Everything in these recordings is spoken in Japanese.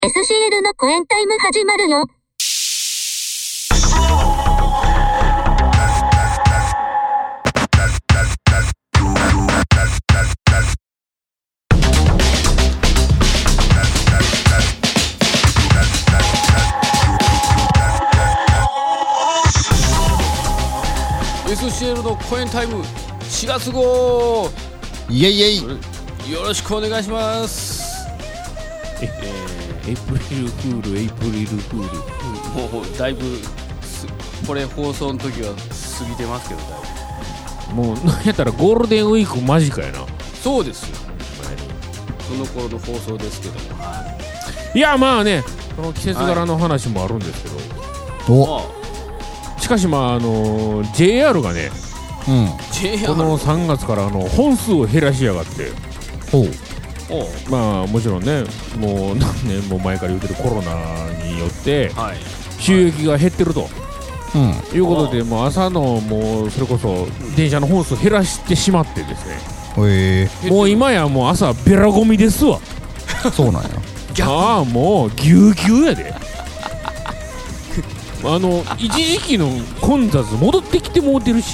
SCL のコエンタイム始まるよ。 SCL のコエンタイム4月号イエイイエイ。 よろしくお願いします。 エイプリルフールエイプリルフールもうだいぶこれ放送の時は過ぎてますけど、だいもうなんやったらゴールデンウィーク間近やな。 ぶそうですよ。その頃の放送ですけども、 いやまあね、この季節柄の話もあるんですけど、 お、 しかしJR がね、 JR この3月から本数を減らしやがって、 ほう。 まあもちろんね、もう何年も前から言うてるコロナによってはい、 収益が減ってると、 うん。 いうことで、もう朝のもうそれこそ電車の本数減らしてしまってですね、もう今やもう朝ベラゴミですわ。 そうなんや。 ああもうぎゅうぎゅうやで。一時期の混雑戻ってきてもうてるし、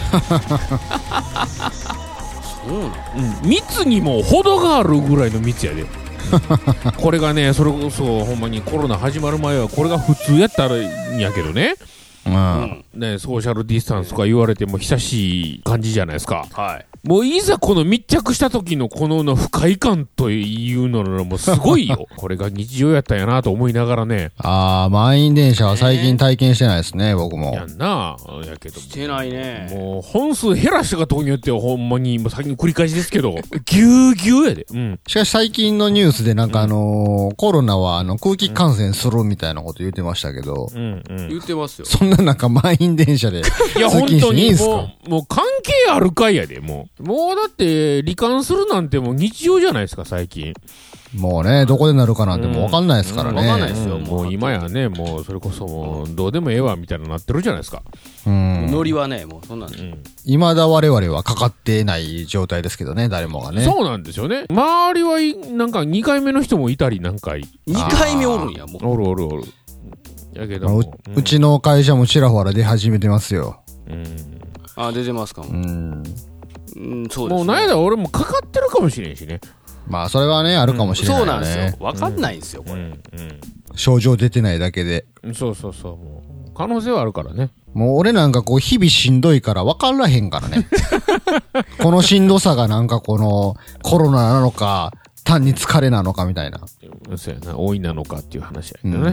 密にも程があるぐらいの密やで。これがね、それこそほんまにコロナ始まる前はこれが普通やったらんやけどね、ね、ソーシャルディスタンスとか言われても久しい感じじゃないですか。 はい、 もういざこの密着した時のこの不快感というのもすごいよ。これが日常やったんやなと思いながらね。 満員電車は最近体験してないですね、僕も。 やんな。やけどしてないね。 もう本数減らしたかとによってはほんまにもう最近繰り返しですけどぎゅうぎゅうやで。 しかし最近のニュースでなんかコロナは空気感染するみたいなこと言ってましたけど、 言ってますよ。 そんな中満員電車でいや通勤していいんすか？ もう関係あるかいやで。もうだって罹患するなんてもう日常じゃないですか最近。 もうね、どこでなるかなんてもう分かんないですからね。 分かんないですよ。 もう今やね、もうそれこそもうどうでもええわみたいななってるじゃないですか。 ノリはね、もうそんなんです。 未だ我々はかかってない状態ですけどね、誰もがね。 そうなんですよね。周りはなんか2回目の人もいたり何回。 2回目おるんや、もう。 おる。やけども、 うちの会社もちらほら出始めてますよ。 出てますかも。そうですね。 もうなんやだ俺もかかってるかもしれんしね。 まあそれはね、あるかもしれないよね。 そうなんですよ。わかんないんですよ、これ。 症状出てないだけで。 そう。もう可能性はあるからね。 もう俺なんか日々しんどいから分からへんからね。このしんどさがなんかコロナなのか、単に疲れなのかみたいな。 そうやな、老いなのかっていう話やけどね。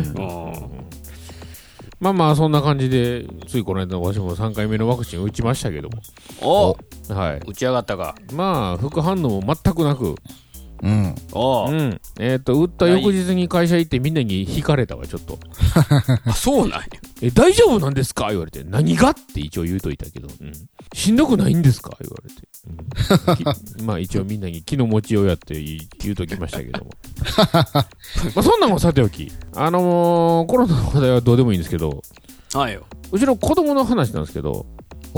まあそんな感じで、ついこの間私も3回目のワクチン打ちましたけども。はい。 打ち上がったか。 まあ副反応も全くなく。打った翌日に会社行ってみんなに引かれたわ、ちょっと。 そうなんや。 大丈夫なんですか言われて。何がって一応言うといたけど。しんどくないんですか言われて。まあ一応みんなに気の持ちようやって言うときましたけども。まあそんなもんさておき。コロナの話題はどうでもいいんですけど。 はいよ。 うちの子供の話なんですけど。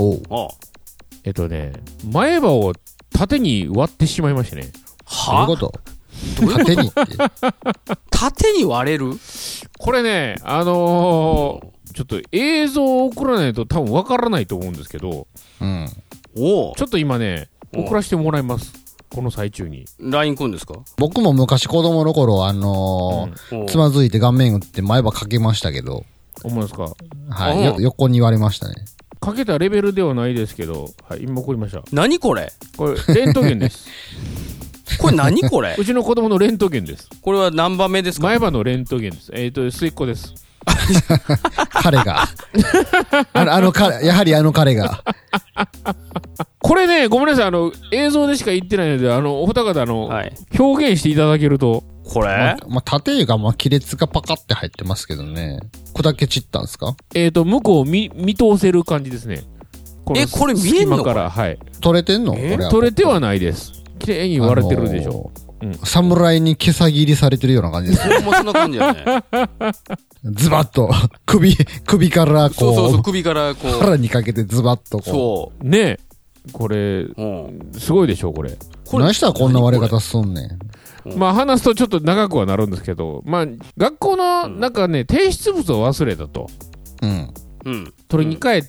前歯を縦に割ってしまいましてね。 どういうこと？縦にって縦に割れる？ これね、ちょっと映像を送らないと多分わからないと思うんですけど、ちょっと今ね、送らせてもらいます。この最中に。 LINE 来るんですか？ 僕も昔子供の頃、つまずいて顔面打って前歯かけましたけど。 思いますか？ はい、横に言われましたね。 かけたレベルではないですけど、はい、今送りました。 何これ？ これ、レントゲンです。 これ何これ？ うちの子供のレントゲンです。 これは何番目ですか？ 前歯のレントゲンです。末っ子です。 彼が。やはり彼が。 これね、ごめんなさい、映像でしか言ってないので、お二方表現していただけると。 これ縦が亀裂がパカって入ってますけどね。砕け散ったんですか？ 向こう見通せる感じですね。 これ見えんの？ からはい。 取れてんの？これは取れてはないです。綺麗に割れてるでしょ。 侍に毛さ切りされてるような感じですね。 そんな感じやね。 ズバッと首からそう首から腹にかけてズバッとそうねえこれすごいでしょこれ。 何したらこんな割れ方すんねん。 まあ話すとちょっと長くはなるんですけど、まあ学校のなんかね、提出物を忘れたと。取りに帰って、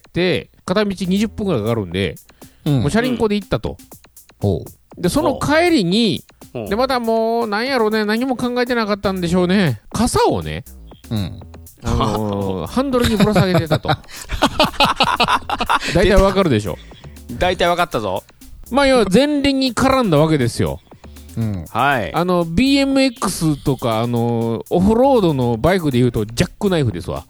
片道20分ぐらいかかるんで、もうチャリンコで行ったと。で、その帰りに、で、またもう、なんやろうね、何も考えてなかったんでしょうね。傘をね、ハンドルにぶら下げてたと。大体わかるでしょ。 大体わかったぞ。 まあ、要は前輪に絡んだわけですよ。 はい。 BMX とか、オフロードのバイクで言うと、ジャックナイフですわ。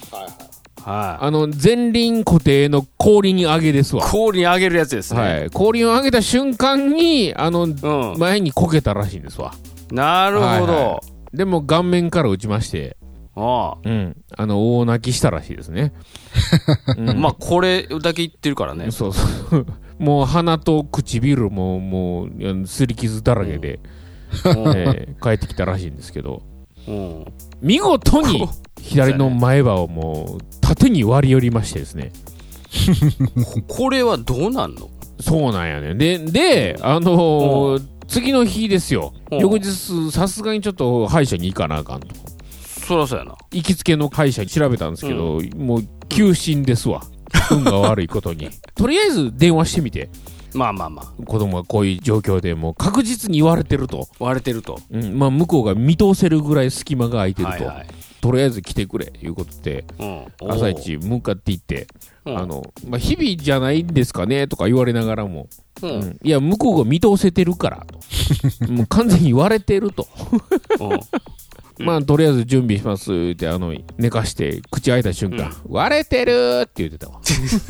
前輪固定の後輪上げですわ。 後輪上げるやつですね。 はい。後輪を上げた瞬間に、前にこけたらしいんですわ。 なるほど。 でも顔面から打ちまして、大泣きしたらしいですね。 まあ、これだけ言ってるからね。 そうそう。もう鼻と唇もう、擦り傷だらけで、帰ってきたらしいんですけど、見事に左の前歯をもう縦に割り寄りましてですね。 これはどうなんの？ そうなんやね。で、次の日ですよ。翌日、さすがにちょっと歯医者に行かなあかんと。 そらそうやな。 行きつけの歯医者に調べたんですけど、もう休診ですわ。運が悪いことに。とりあえず電話してみて。 まあ。 子供がこういう状況でもう確実に言われてると。まあ向こうが見通せるぐらい隙間が空いてると。とりあえず来てくれいうことで、朝一向かって行って、まあ日々じゃないんですかねとか言われながらも、いや向こうが見通せてるからと。もう完全に言われてると。まあとりあえず準備しますって寝かして口開いた瞬間、割れてるって言ってたわ。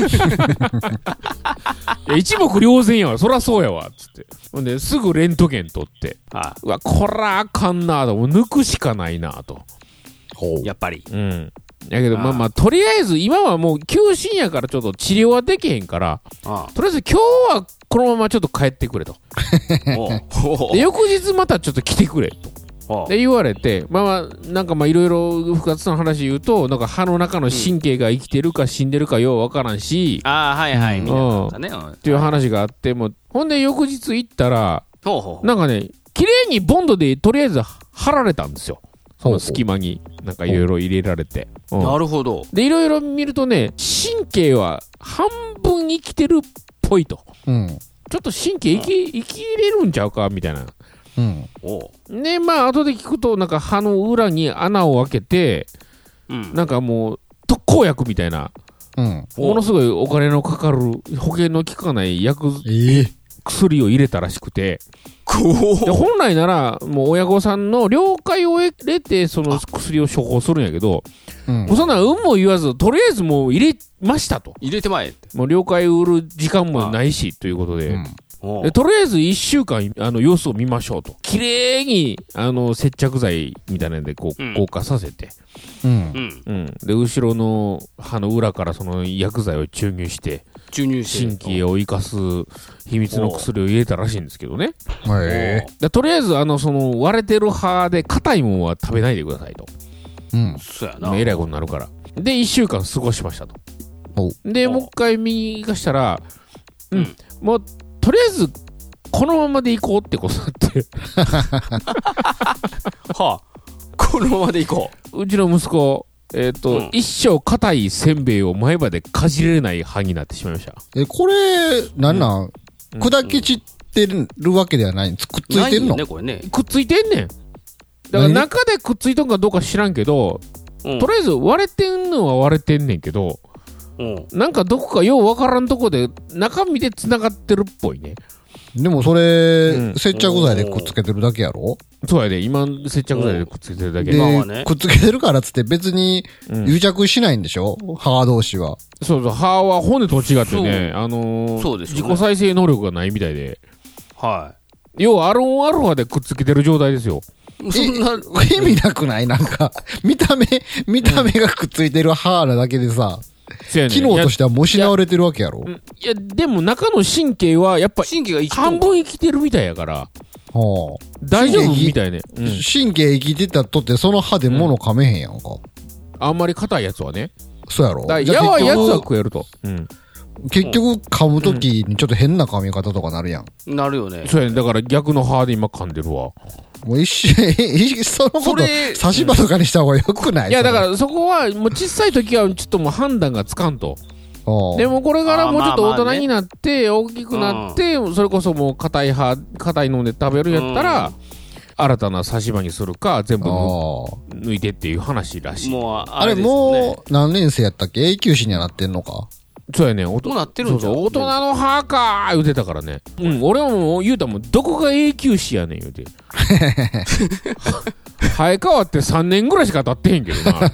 いや一目瞭然やわ、そらそうやわっつって。ほんですぐレントゲン取って、うわこらあかんなと、もう抜くしかないなと。 やっぱり。 やけどまあとりあえず今はもう休診やからちょっと治療はできへんから、とりあえず今日はこのままちょっと帰ってくれと。で翌日またちょっと来てくれと。で言われて、なんかいろいろ複雑な話言うと、なんか歯の中の神経が生きてるか死んでるかようわからんし、 みたいなね。 っていう話があって、もうほんで翌日行ったら、なんかね、綺麗にボンドでとりあえず貼られたんですよ。その隙間になんかいろいろ入れられて。 なるほど。 で、いろいろ見るとね、神経は半分生きてるっぽいと。ちょっと神経生きれるんちゃうかみたいな。で、まあ、後で聞くと、なんか歯の裏に穴を開けて、なんかもう、特効薬みたいな、ものすごいお金のかかる、保険の効かない薬を入れたらしくて、で本来なら、もう親御さんの了解を得て、その薬を処方するんやけど、もうそんな運も言わず、とりあえずもう入れましたと。 入れてまえって。 もう了解を売る時間もないし、ということで、とりあえず1週間様子を見ましょうと。綺麗に接着剤みたいなのでこう硬化させて、で後ろの歯の裏からその薬剤を注入して神経を生かす秘密の薬を入れたらしいんですけどね。でとりあえずその割れてる歯で硬いものは食べないでくださいと。 そうやな。 えらいことになるから。で1週間過ごしましたと。でもう一回見に行かしたら、もうとりあえずこのままで行こうってことになってこのままで行こう。うちの息子一生硬いせんべいを前歯でかじれない歯になってしまいました。 これなん砕け散ってるわけではないんです。くっついてるの？ これね。 くっついてんねん。だから中でくっついとんかどうか知らんけど、とりあえず割れてんのは割れてんねんけど、なんかどこかようわからんとこで中身で繋がってるっぽいね。 でもそれ、接着剤でくっつけてるだけやろ？ そうやで、今接着剤でくっつけてるだけ。 で、くっつけてるからっつって別に癒着しないんでしょ？歯同士は。 そうそう、歯は骨と違ってね、自己再生能力がないみたいで。要はアルファでくっつけてる状態ですよ。 そんな意味なくない？なんか、見た目がくっついてる歯なだけでさ。機能としてはもう失われてるわけやろ。 いや、でも中の神経はやっぱ半分生きてるみたいやから。大丈夫みたいね。 神経生きてたとってその歯で物噛めへんやんか。 あんまり硬いやつはね。 そうやろ。 やわいやつは食えると。 結局噛むときにちょっと変な噛み方とかなるやん。 なるよね。 そうやね。だから逆の歯で今噛んでるわ。 もう一瞬、そのこと、差し歯とかにした方がよくない？ いや、だからそこは、もう小さい時はちょっともう判断がつかんと。でもこれからもうちょっと大人になって、大きくなって、それこそもう硬いので食べるんやったら、新たな差し歯にするか、全部抜いてっていう話らしい。 もうあれもう何年生やったっけ？永久歯にはなってんのか？ そうやね。 どうなってるんじゃん。 大人の歯かー言うてたからね。俺も言うたもん、どこが永久歯やねん言うて。生え変わって3年ぐらいしか経ってへんけどなって。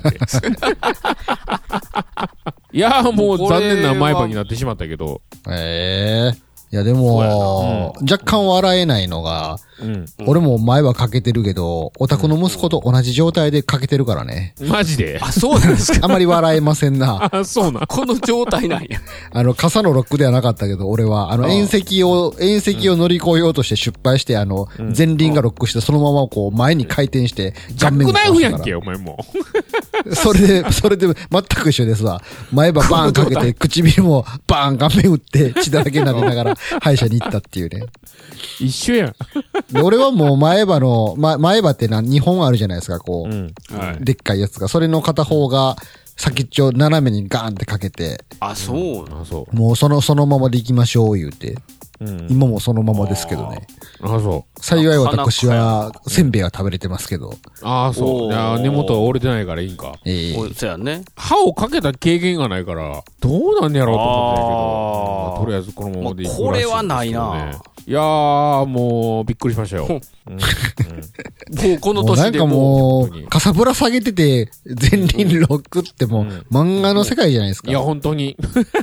いやーもう残念な前歯になってしまったけど。 いやでも、若干笑えないのが、俺も前はかけてるけど、オタクの息子と同じ状態でかけてるからね。 マジで？ あ、そうなんですか。 あまり笑えませんな。 あ、そうなん。 この状態なんや。 傘のロックではなかったけど、俺は、縁石を乗り越えようとして失敗して、前輪がロックして、そのままこう、前に回転して、 ジャックナイフやんけ、お前も。 それで、全く一緒ですわ。前歯バーンかけて、唇もバーン顔面打って、血だらけになりながら、歯医者に行ったっていうね。 一緒やん。 で俺はもう前歯って2本あるじゃないですか、こう。でっかいやつが。それの片方が、先っちょ斜めにガーンってかけて。 あ、そうな。 もうそのままで行きましょう、言うて。今もそのままですけどね。 あ、そう。 幸い私は、せんべいは食べれてますけど。 あ、そう。いや、根元は折れてないからいいんか。 そうやね。 歯をかけた経験がないから、どうなんやろうと思ってたけど、とりあえずこのままでいくらしいんですけどね。 これはないな。 いやー、もう、びっくりしましたよ。もうこの年でもう、かさぶら下げてて、前輪ロックってもう、漫画の世界じゃないですか。 いや、本当に。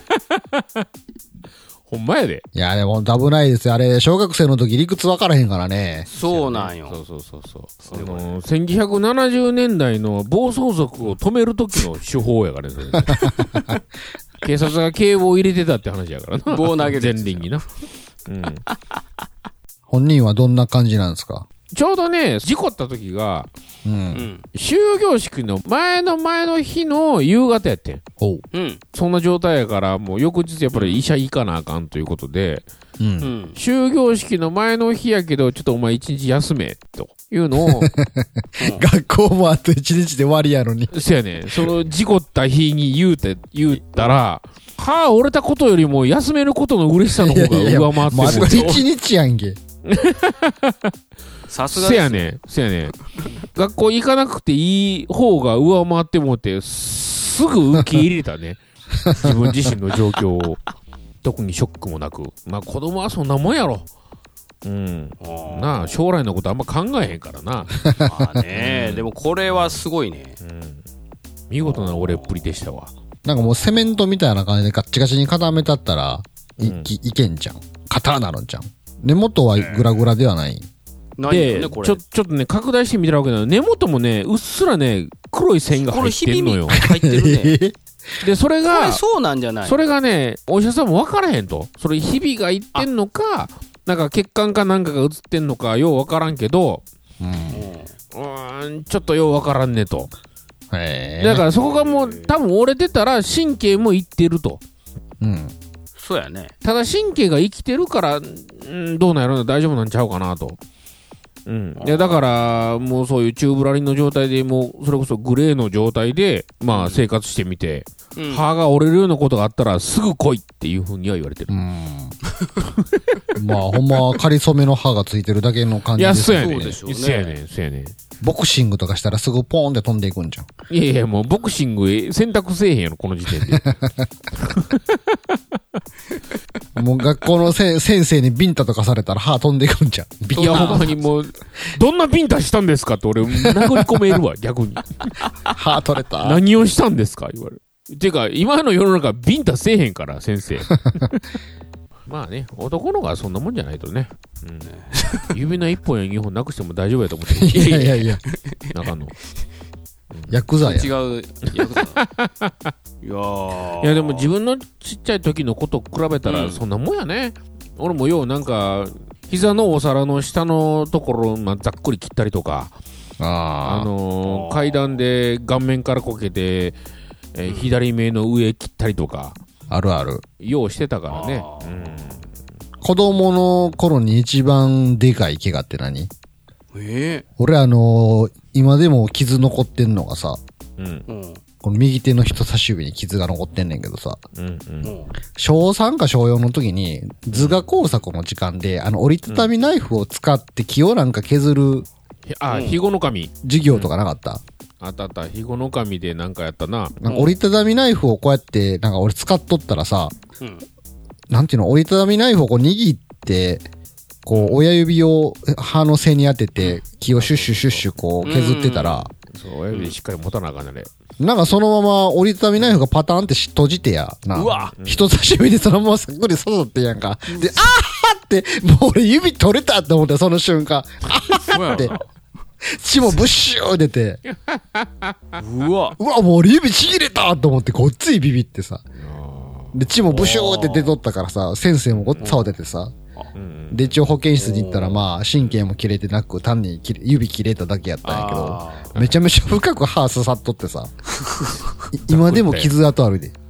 ほんまやで。 いや、でも危ないですよ。あれ、小学生の時理屈分からへんからね。 そうなんよ。 そう。1970年代の暴走族を止める時の手法やからね。警察が警棒を入れてたって話やからな。 棒投げ前輪にな。 本人はどんな感じなんですか？ ちょうどね、事故った時が、終業式の前の日の夕方やってん。そんな状態やから、もう翌日やっぱり医者行かなあかんということで、終業式の前の日やけど、ちょっとお前一日休め、というのを。 学校もあと一日で終わりやのに。 そうやね。その事故った日に言ったら、歯折れたことよりも休めることの嬉しさの方が上回ってる。 あと一日やんけ。 さすがせやね。学校行かなくていい方が上回ってもってすぐ受け入れたね。自分自身の状況を特にショックもなく。まあ子供はそんなもんやろ。なあ将来のことあんま考えへんからな。 まあね、でもこれはすごいね。 見事な折れっぷりでしたわ。 なんかもうセメントみたいな感じでガッチガチに固めたったらいけんじゃん。硬なるんじゃん。根元はグラグラではない。 で、ちょっとね、拡大してみたらわけだけど、根元もね、うっすらね、黒い線が入ってんのよ。 入ってるね。 で、それが、 そうなんじゃない？ それがね、お医者さんも分からへんと。それ、ひびがいってんのか、なんか血管かなんかが映ってんのか、よう分からんけど、ちょっとよう分からんねと。だからそこがもう、多分折れてたら神経もいってると。 そうやね。 ただ神経が生きてるから、どうなんやろな、大丈夫なんちゃうかなと。いやだからもうそういうチューブラリンの状態でもうそれこそグレーの状態でまあ生活してみて、歯が折れるようなことがあったらすぐ来いっていうふうには言われてる。 まあほんま仮初めの歯がついてるだけの感じです。 いやそうやね。そうやね。 ボクシングとかしたらすぐポーンって飛んでいくんじゃん。 いやもうボクシング選択せえへんやろこの時点で。 もう学校の先生にビンタとかされたら歯飛んでいくんじゃん。 いやほんまにもうどんなビンタしたんですかって俺殴り込めるわ逆に。 歯取れた。 何をしたんですか言われる。ていうか今の世の中ビンタせえへんから先生。まあね男の子はそんなもんじゃないとね。指の1本や2本なくしても大丈夫やと思ってる。 いや中の。 ヤクザや。 違うヤクザ。いやでも自分のちっちゃい時のこと比べたらそんなもんやね。俺もようなんか膝のお皿の下のところ、ざっくり切ったりとか、階段で顔面からこけて、左目の上切ったりとか、 あるある。 ようしてたからね。 子供の頃に一番でかい怪我って何？俺今でも傷残ってんのがさ、この右手の人差し指に傷が残ってんねんけどさ、小3か小4の時に図画工作の時間で、折りたたみナイフを使って木をなんか削る、 ひごの紙。 授業とかなかった？ あったあった。ひごの紙でなんかやったな。 なんか折りたたみナイフをこうやって、なんか俺使っとったらさ、なんていうの、折りたたみナイフをこう握って、こう親指を刃の背に当てて、木をシュッシュシュッシュこう削ってたら、 そう、親指しっかり持たなあかんね。 なんかそのまま折りたたみナイフがパターンって閉じてやな。 うわ人差し指でそのままさっくり刺さってやんか。で、あーって、もう俺指取れたって思ったその瞬間。あーって。血もブッシュー出て。 うわ、 もう俺指ちぎれたと思ってごっついビビってさ。で、血もブシューって出とったからさ、先生もごっつ慌ててさ。で、一応保健室に行ったらまあ、神経も切れてなく、単に指切れただけやったんやけど、めちゃめちゃ深く歯刺さっとってさ。今でも傷跡あるで。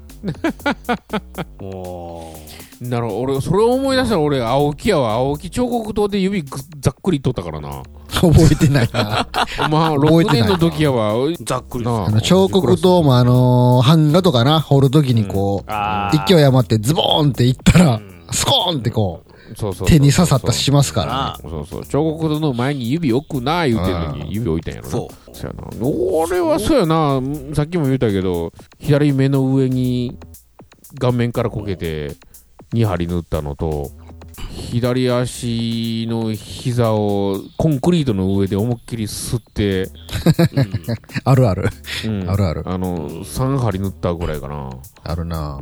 なるほど。俺、それを思い出したら俺、青木やわ。青木彫刻刀で指ざっくり取ったからな。 覚えてないな。 まあ、6年の時やわ。 ざっくりな。 彫刻刀も版画とかな、彫る時にこう、勢い余ってズボーンっていったら、スコーンってこう、手に刺さったりしますからね。 そうそう。彫刻刀の前に指置くな、言うてんのに、指置いたんやろな。そうやな。俺はそうやな。さっきも言ったけど、左目の上に顔面からこけて、2針縫ったのと、左足の膝をコンクリートの上で思いっきり吸って、 あるある。あるある。 3針縫ったぐらいかな。 あるな。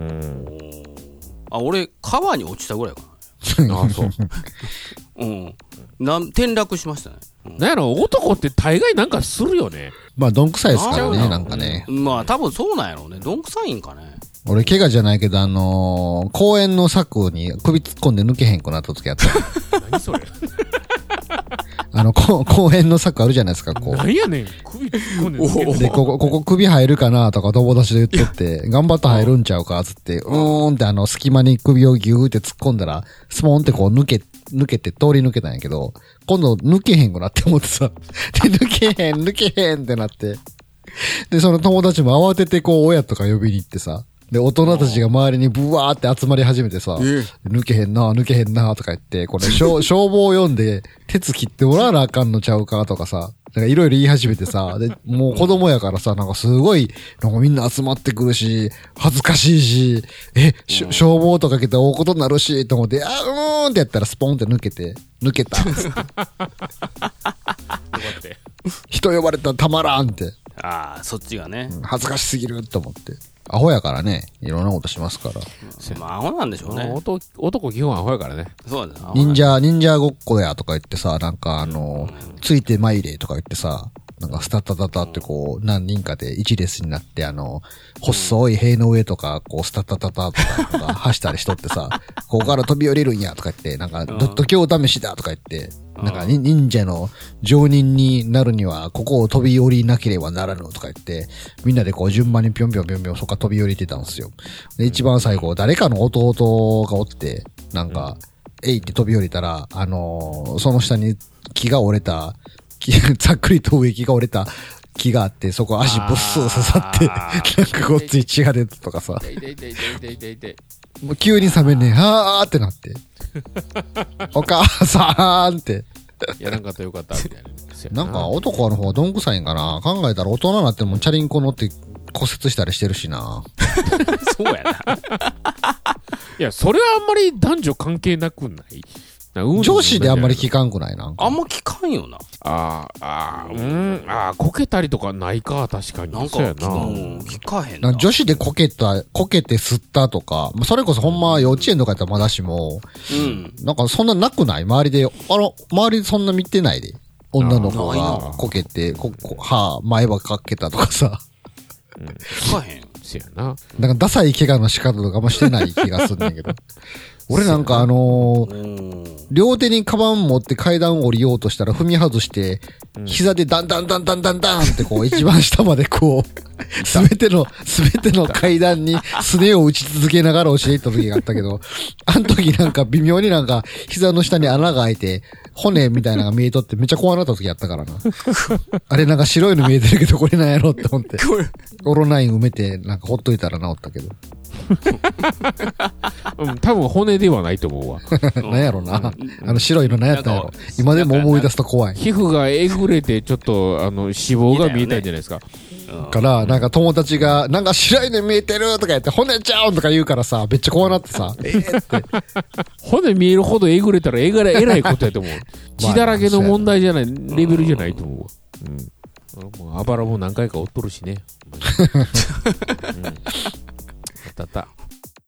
俺、川に落ちたぐらいかな。 あ、そう。 転落しましたね。 なんやろ、男って大概なんかするよね。 まあ、どんくさいですからね、なんかね。 まあ、多分そうなんやろうね。どんくさいんかね。 俺、怪我じゃないけど、公園の柵に首突っ込んで抜けへんくなった時あった。 何それ公園の柵あるじゃないですか、こう。 何やねん、首突っ込んで抜けて。 で、ここ首入るかなとか友達で言っとって、頑張って入るんちゃうか、つって、って隙間に首をギューって突っ込んだら、スポーンってこう抜けて通り抜けたんやけど、今度抜けへんくなって思ってさ、で、抜けへんってなって。で、その友達も慌ててこう親とか呼びに行ってさ、で、大人たちが周りにブワーって集まり始めてさ、抜けへんなとか言って、これ消防を呼んで、鉄切ってもらわなあかんのちゃうかとかさ、なんかいろいろ言い始めてさ、で、もう子供やからさ、なんかすごい、なんかみんな集まってくるし、恥ずかしいし、消防とか来て大ことになるし、と思って、ってやったらスポンって抜けた。人呼ばれたらたまらんって。 そっちがね。 恥ずかしすぎると思って。アホやからね、いろんなことしますから。 まあ、アホなんでしょうね。 男基本アホやからね。 そうだね。 忍者ごっこやとか言ってさ、なんかついてまいれとか言ってさ、なんかスタタタタってこう、何人かで一列になって、細い塀の上とか、こう、スタタタタとか、走ったりしとってさ、ここから飛び降りるんやとか言って、なんか、度胸試しだとか言って、なんか、忍者の常任になるには、ここを飛び降りなければならぬとか言って、みんなでこう、順番にぴょんぴょんぴょんぴょんそこから飛び降りてたんですよ。で、一番最後、誰かの弟がおって、なんか、えいって飛び降りたら、その下に木が折れた、ざっくりと植木が折れた木があって、そこ足ぶっす刺さって、なんかごっつい血が出たとかさ。もう急に冷めんねん、はーってなって。お母さんって。 やらんかったよかったみたいな。なんか男の方がどんくさいんかな。考えたら大人になってもチャリンコ乗って骨折したりしてるしな。 そうやな。 いや、それはあんまり男女関係なくない？ 女子であんまり聞かんくないな。 あんま聞かんよな。 こけたりとかないか、確かに。 なんか、聞かへんな。女子でこけて吸ったとか、それこそほんま幼稚園とかやったらまだしも、なんかそんななくない？周りでそんな見てないで。女の子がこけて、前歯かけたとかさ。 聞かへん。 せやな。 なんかダサい怪我の仕方とかもしてない気がするんだけど。俺なんか両手にカバン持って階段降りようとしたら踏み外して、膝でダンダンダンダンダンダンってこう一番下までこう、すべての階段にすねを打ち続けながら落ちていった時があったけど、あの時なんか微妙になんか膝の下に穴が開いて、骨みたいなのが見えとってめっちゃ怖なった時あったからな。あれなんか白いの見えてるけどこれなんやろって思って。オロナイン埋めてなんかほっといたら治ったけど。 うん、多分骨ではないと思うわ。 なんやろな。白いのなんやったんやろ。今でも思い出すと怖い。 皮膚がえぐれてちょっと脂肪が見えたんじゃないですか。 から、なんか友達が、なんか白いの見えてるとか言って、骨ちゃうんとか言うからさ、めっちゃ怖なってさ、って。 骨見えるほどえぐれたらえらいことやと思う。血だらけの問題じゃない、レベルじゃないと思うわ。うん。もうあばらも何回か折っとるしね。うん。あったあった。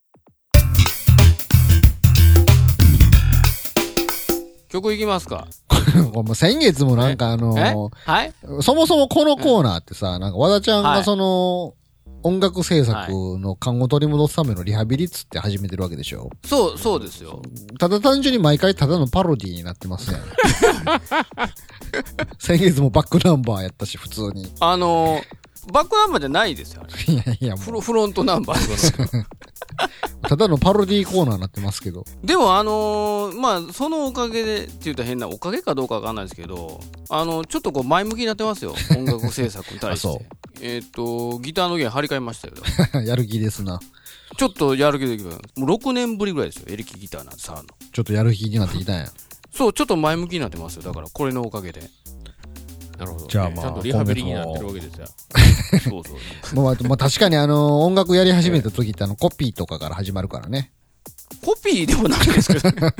曲いきますか。 もう先月もなんかはい、 そもそもこのコーナーってさ、なんか和田ちゃんがその、音楽制作の勘を取り戻すためのリハビリっつって始めてるわけでしょ。 そうですよ。 ただ単純に毎回ただのパロディになってますね。先月もバックナンバーやったし、普通に。 バックナンバーじゃないですよ。 いやいや、もうフロントナンバー。 ただのパロディーコーナーになってますけど。 でもまあ、そのおかげでって言ったら変な、おかげかどうかわかんないですけど、ちょっとこう前向きになってますよ。音楽制作に対して。ギターの弦張り替えましたよ。 やる気ですな。 ちょっとやる気できる。もう6年ぶりぐらいですよ。エレキギターなんてさ。 ちょっとやる気になってきたんや。 そう、ちょっと前向きになってますよ。だから、これのおかげで。 なるほど。 じゃあまあ、 ちゃんとリハビリになってるわけですよ。 そう。 まあ確かに音楽やり始めた時ってコピーとかから始まるからね。 コピーでもないですけどね。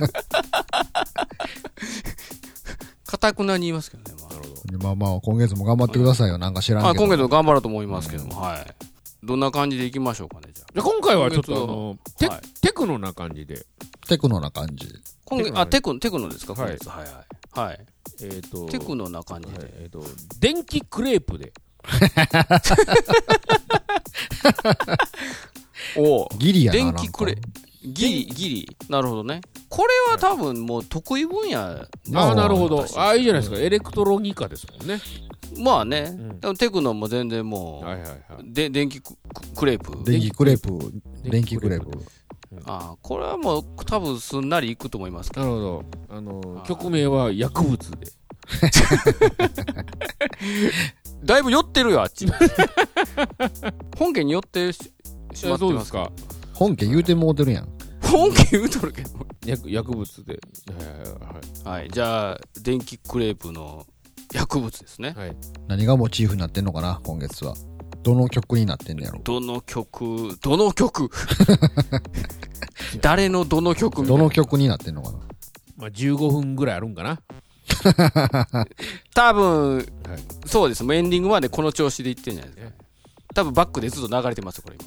かたくなに言いますけどね。 なるほど。まあ、今月も頑張ってくださいよ。なんか知らんけど。 今月も頑張ろうと思いますけども、はい。どんな感じでいきましょうかね、じゃあ。 今回はちょっとテクノな感じで。 テクノな感じ。 テクノですか、今月。はい。テクノな感じで。 電気クレープで。 ギリやな。 電気クレープ。ギリ。なるほどね。これは多分もう得意分野。 ああ、なるほど。ああ、いいじゃないですか。エレクトロニカですもんね。 まあね。テクノも全然もう、電気クレープ。 電気クレープ。 これはもう多分すんなりいくと思いますけど。 なるほど。曲名は薬物で。 だいぶ寄ってるよ、あっち。本家に寄ってしまってますか。 本家言うてもうてるやん。 本家言うとるけど。 薬物で。 はい。じゃあ、電気クレープの薬物ですね。 はい。何がモチーフになってんのかな、今月は。どの曲になってんのやろ。 どの曲誰のどの曲どの曲になってんのかな。 まあ、15分ぐらいあるんかな。 多分、そうです。もうエンディングまでこの調子でいってんじゃないですか。多分バックでずっと流れてますよ、これ今。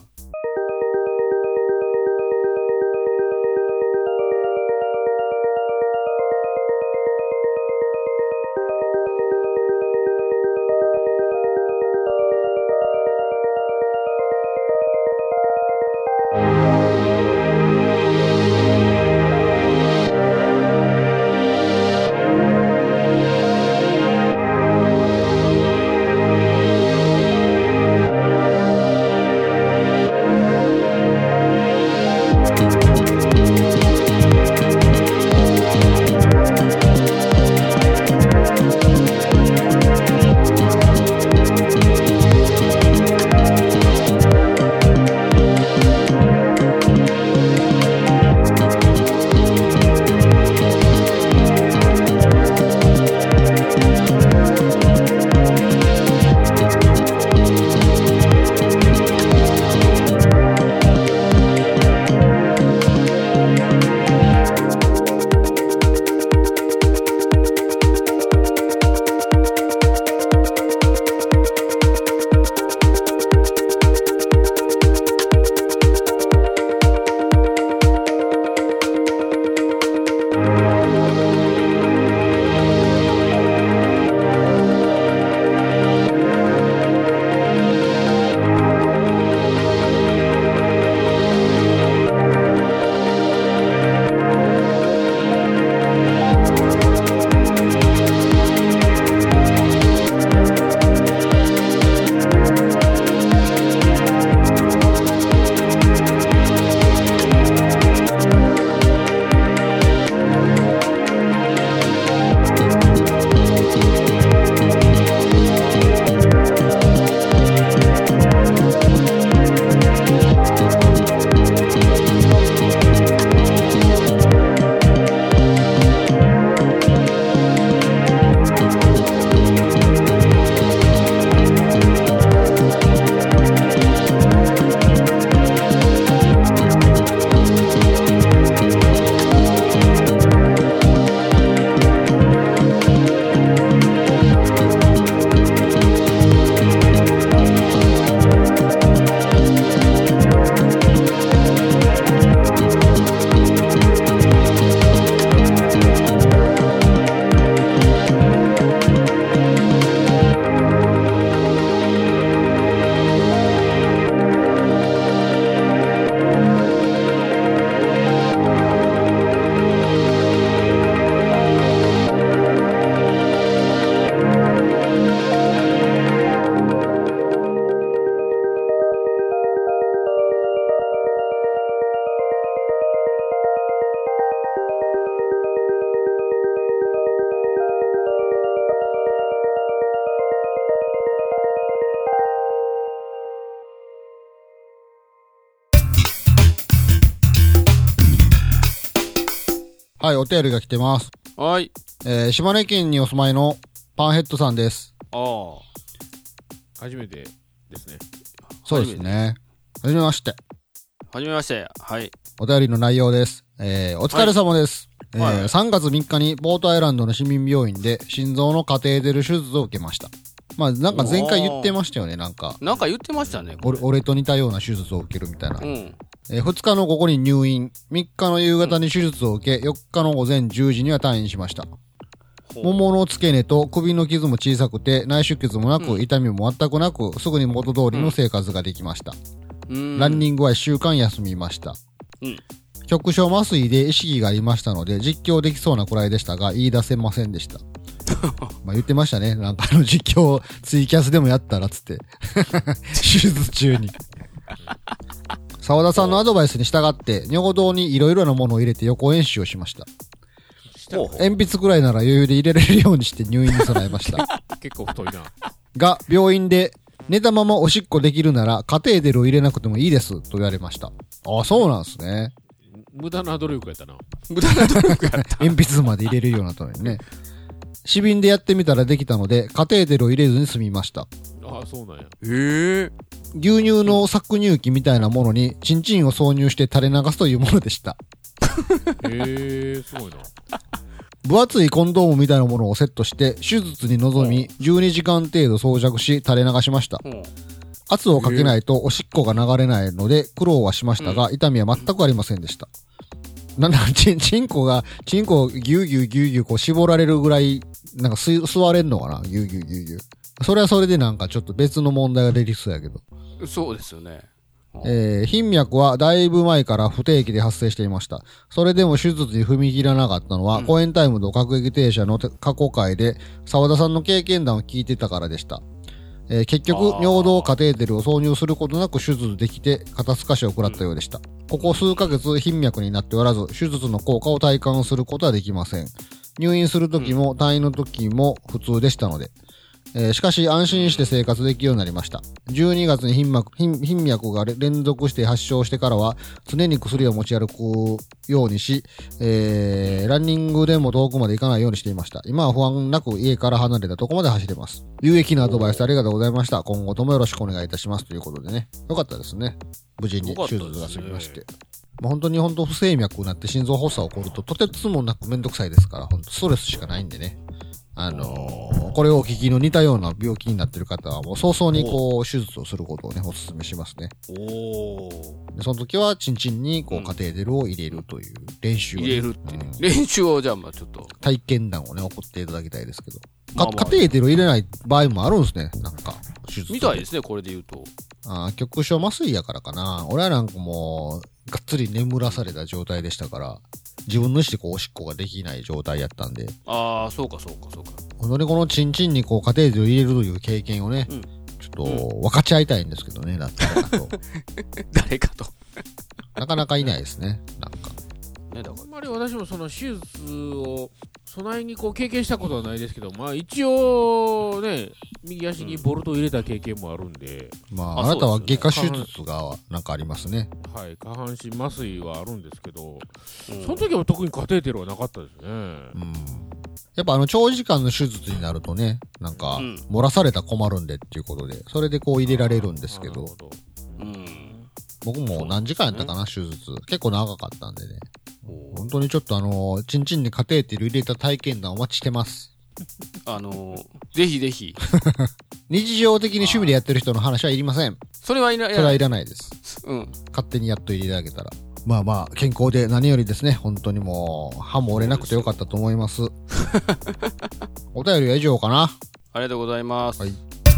はい、お便りが来てます。 はい。 島根県にお住まいのパンヘッドさんです。 ああ。 初めてですね。 そうですね。はじめまして。 はじめまして。はい。 お便りの内容です。お疲れ様です。 はい 3月3日にポートアイランドの市民病院で心臓のカテーテル手術を受けました。まあなんか前回言ってましたよね、なんか言ってましたね。 俺と似たような手術を受けるみたいな。 うん。 2日の午後に入院、3日の夕方に手術を受け、4日の午前10時には退院しました。ももの付け根と首の傷も小さくて、内出血もなく、痛みも全くなく、すぐに元通りの生活ができました。ランニングは1週間休みました。局所麻酔で意識がありましたので、実況できそうなくらいでしたが、言い出せませんでした。まあ言ってましたね。なんか実況ツイキャスでもやったらつって。手術中に。沢田さんのアドバイスに従って、尿道にいろいろなものを入れて予行演習をしました。鉛筆くらいなら余裕で入れられるようにして入院に備えました。 結構太いな。 が、病院で寝たままおしっこできるならカテーテルを入れなくてもいいですと言われました。あ、そうなんですね。 無駄な努力やったな。 無駄な努力やった。 鉛筆まで入れるようになったのにね。市民でやってみたらできたので、カテーテルを入れずに済みました。 ああ、そうなんや。 牛乳の搾乳機みたいなものにチンチンを挿入して垂れ流すというものでした。 すごいな。 分厚いコンドームみたいなものをセットして手術に臨み、12時間程度装着し垂れ流しました。圧をかけないとおしっこが流れないので苦労はしましたが、痛みは全くありませんでした。チンコをギューギューギューギューこう絞られるぐらい、なんか吸われんのかな、ギューギューギューギュー。それはそれでなんかちょっと別の問題が出てきそうやけど。 そうですよね。 頻脈はだいぶ前から不定期で発生していました。それでも手術に踏み切らなかったのは、コエンタイムと各駅停車の過去回で沢田さんの経験談を聞いてたからでした。結局、尿道カテーテルを挿入することなく手術できて、肩透かしを食らったようでした。ここ数ヶ月頻脈になっておらず、手術の効果を体感することはできません。入院するときも退院のときも普通でしたので。しかし安心して生活できるようになりました。12月に頻脈が連続して発症してからは常に薬を持ち歩くようにし、ランニングでも遠くまで行かないようにしていました。今は不安なく家から離れたとこまで走れます。有益なアドバイスありがとうございました。今後ともよろしくお願いいたしますということでね。よかったですね。無事に手術が済みまして。本当に不整脈になって心臓発作起こるととてつもなくめんどくさいですから、ストレスしかないんでね。これをお聞きの似たような病気になっている方はもう早々に手術をすることをね、お勧めしますね。でその時はチンチンにカテーテルを入れるという練習を、ね。 入れるってね。練習をじゃあちょっと。 体験談をね、送っていただきたいですけど。カテーテルを入れない場合もあるんですね、なんか。手術。 みたいですね、これで言うと。 局所麻酔やからかな。俺はなんかもう、がっつり眠らされた状態でしたから、自分の意思でおしっこができない状態やったんで。 ああ、そうか。 本当にこのチンチンにカテーテルを入れるという経験をね、ちょっと分かち合いたいんですけどね、だったらと。 誰かと。 なかなかいないですね、なんか。 ね、だからあんまり私もその手術を備えに経験したことはないですけど、まあ一応ね、右足にボルトを入れた経験もあるんで。 あなたは外科手術がなんかありますね。 はい、下半身麻酔はあるんですけど、その時は特にカテーテルはなかったですね。 やっぱ長時間の手術になるとね、なんか、漏らされたら困るんでっていうことで、それで入れられるんですけど。僕も何時間やったかな、手術。結構長かったんでね。本当にちょっとチンチンにカテーテル入れた体験談お待ちしてます。 ぜひぜひ。 日常的に趣味でやってる人の話はいりません。 それはいらないです。勝手にやっと入れてあげたら。健康で何よりですね、本当にもう、歯も折れなくてよかったと思います。お便りは以上かな。 ありがとうございます。はい。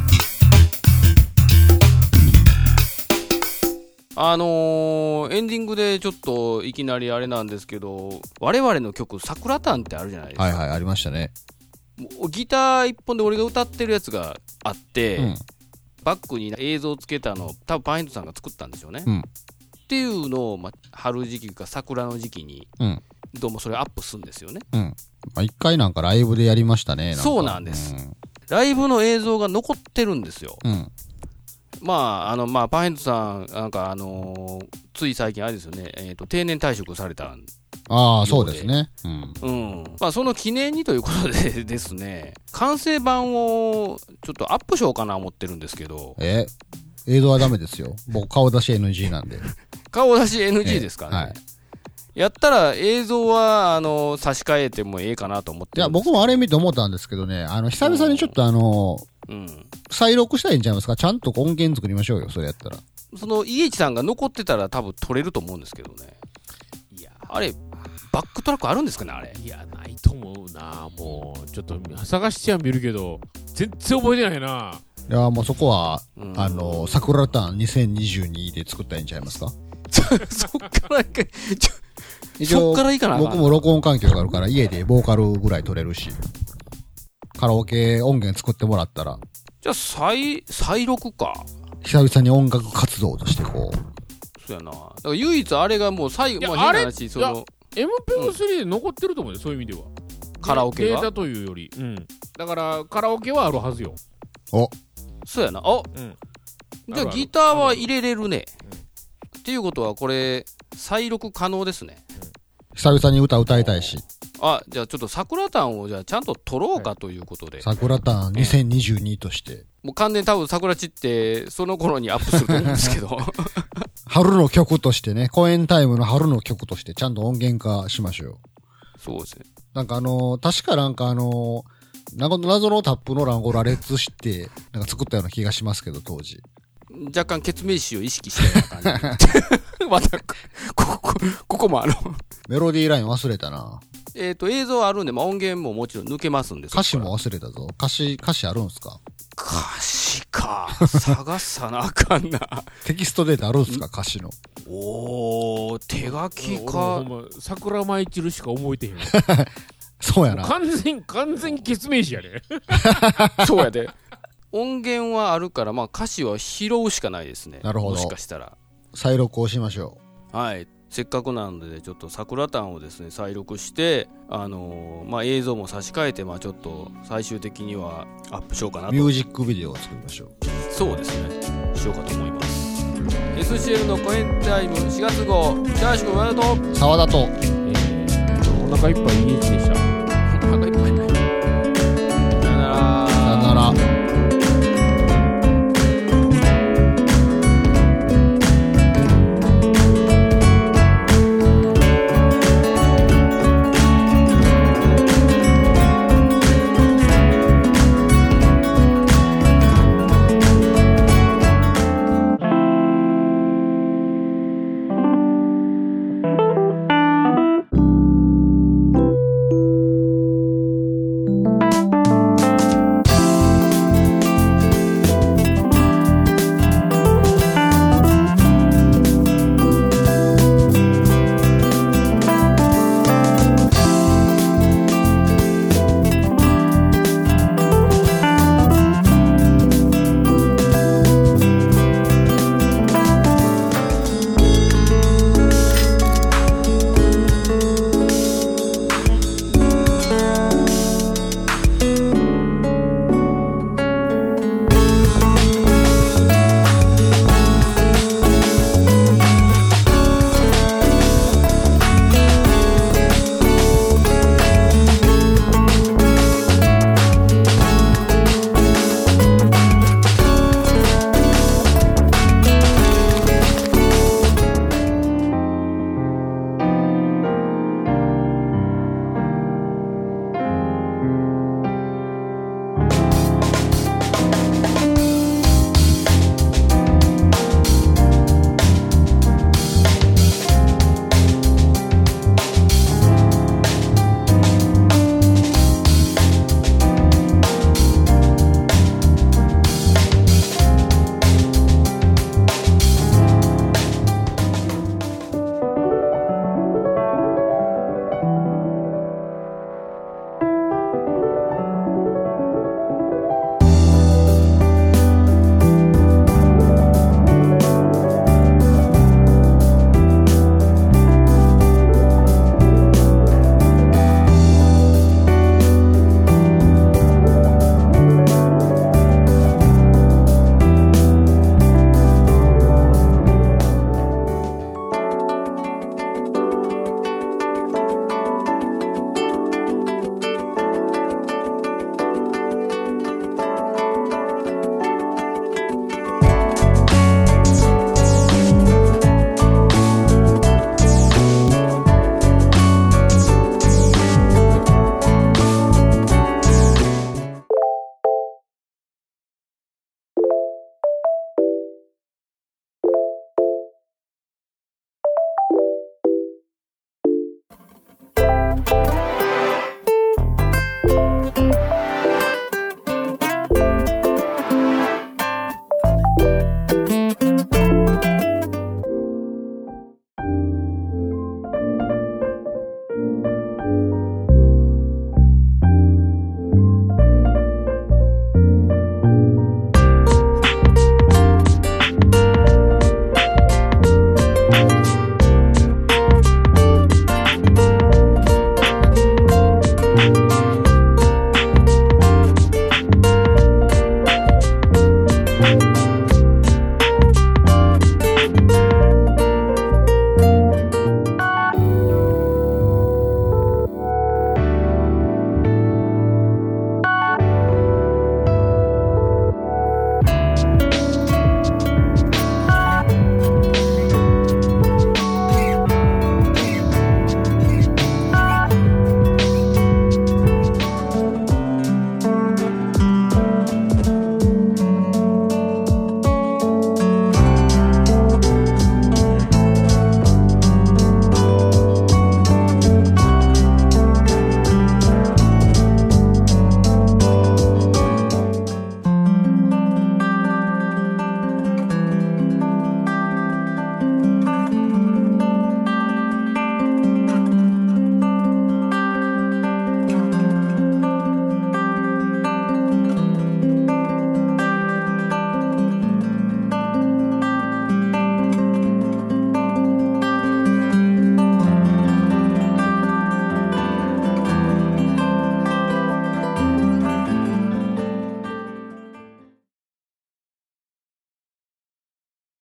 エンディングでちょっといきなりあれなんですけど、我々の曲、桜炭ってあるじゃないですか。 はいはい、ありましたね。 ギター一本で俺が歌ってるやつがあって、バックに映像つけたの、多分パンヘッドさんが作ったんでしょうね。っていうのを、春時期か桜の時期に、どうもそれアップするんですよね。 一回なんかライブでやりましたね。 そうなんです。ライブの映像が残ってるんですよ。パンヘッドさん、なんかつい最近あれですよね、定年退職されたんああ、そうですね。 まあ、その記念にということでですね、完成版をちょっとアップしようかな思ってるんですけど。 映像はダメですよ。僕顔出し NG なんで。 顔出し NG ですかね。はい。やったら映像は差し替えてもええかなと思ってるんです。 いや、僕もあれ見て思ったんですけどね、久々にちょっと再録したらいいんちゃいますか？ちゃんと音源作りましょうよ、それやったら。 その家市さんが残ってたら多分撮れると思うんですけどね。いや、あれバックトラックあるんですかね、あれ。 いや、ないと思うな。もうちょっと探しては見るけど全然覚えてないな。 いや、もうそこは桜ターン2022で作ったらいいんちゃいますか？ そっからそっからいいかな。 僕も録音環境があるから家でボーカルぐらい撮れるし、カラオケ音源作ってもらったら。 じゃあ再録か。 久々に音楽活動としてこう。 そうやな。だから唯一あれがもう最後、まあ変な話、その。 MP3 で残ってると思うよ、そういう意味では。 カラオケが。 データというより。だからカラオケはあるはずよ。 そうやな。じゃあギターは入れれるね。っていうことはこれ再録可能ですね。 久々に歌いたいし。 じゃあちょっと桜タンをじゃあちゃんと撮ろうかということで。 桜タン2022として。 もう完全に多分桜地ってその頃にアップすると思うんですけど。 春の曲としてね、公演タイムの春の曲としてちゃんと音源化しましょうよ。 そうですね。 なんか確か謎のタップの欄を羅列して、なんか作ったような気がしますけど、当時。 若干決命詞を意識したような感じ。また、ここもメロディーライン忘れたな。 映像あるんで、まあ、音源ももちろん抜けますんで。 歌詞も忘れたぞ。歌詞あるんすか？ 歌詞か。探さなあかんな。 テキストデータあるんすか？歌詞の。 手書きか。 桜舞い散るしか覚えてへん。 そうやな。 完全決命詞やで。 そうやで。音源はあるから、まあ歌詞は拾うしかないですね。 なるほど。 もしかしたら。 再録をしましょう。はい。せっかくなので、ちょっと桜タンをですね、再録して、まあ映像も差し替えて、まあちょっと最終的にはアップしようかなと。 ミュージックビデオを作りましょう。 そうですね。しようかと思います。SCL のコエンタイム4月号、チャーシュ君、和田と、 沢田と、 お腹いっぱい家でした。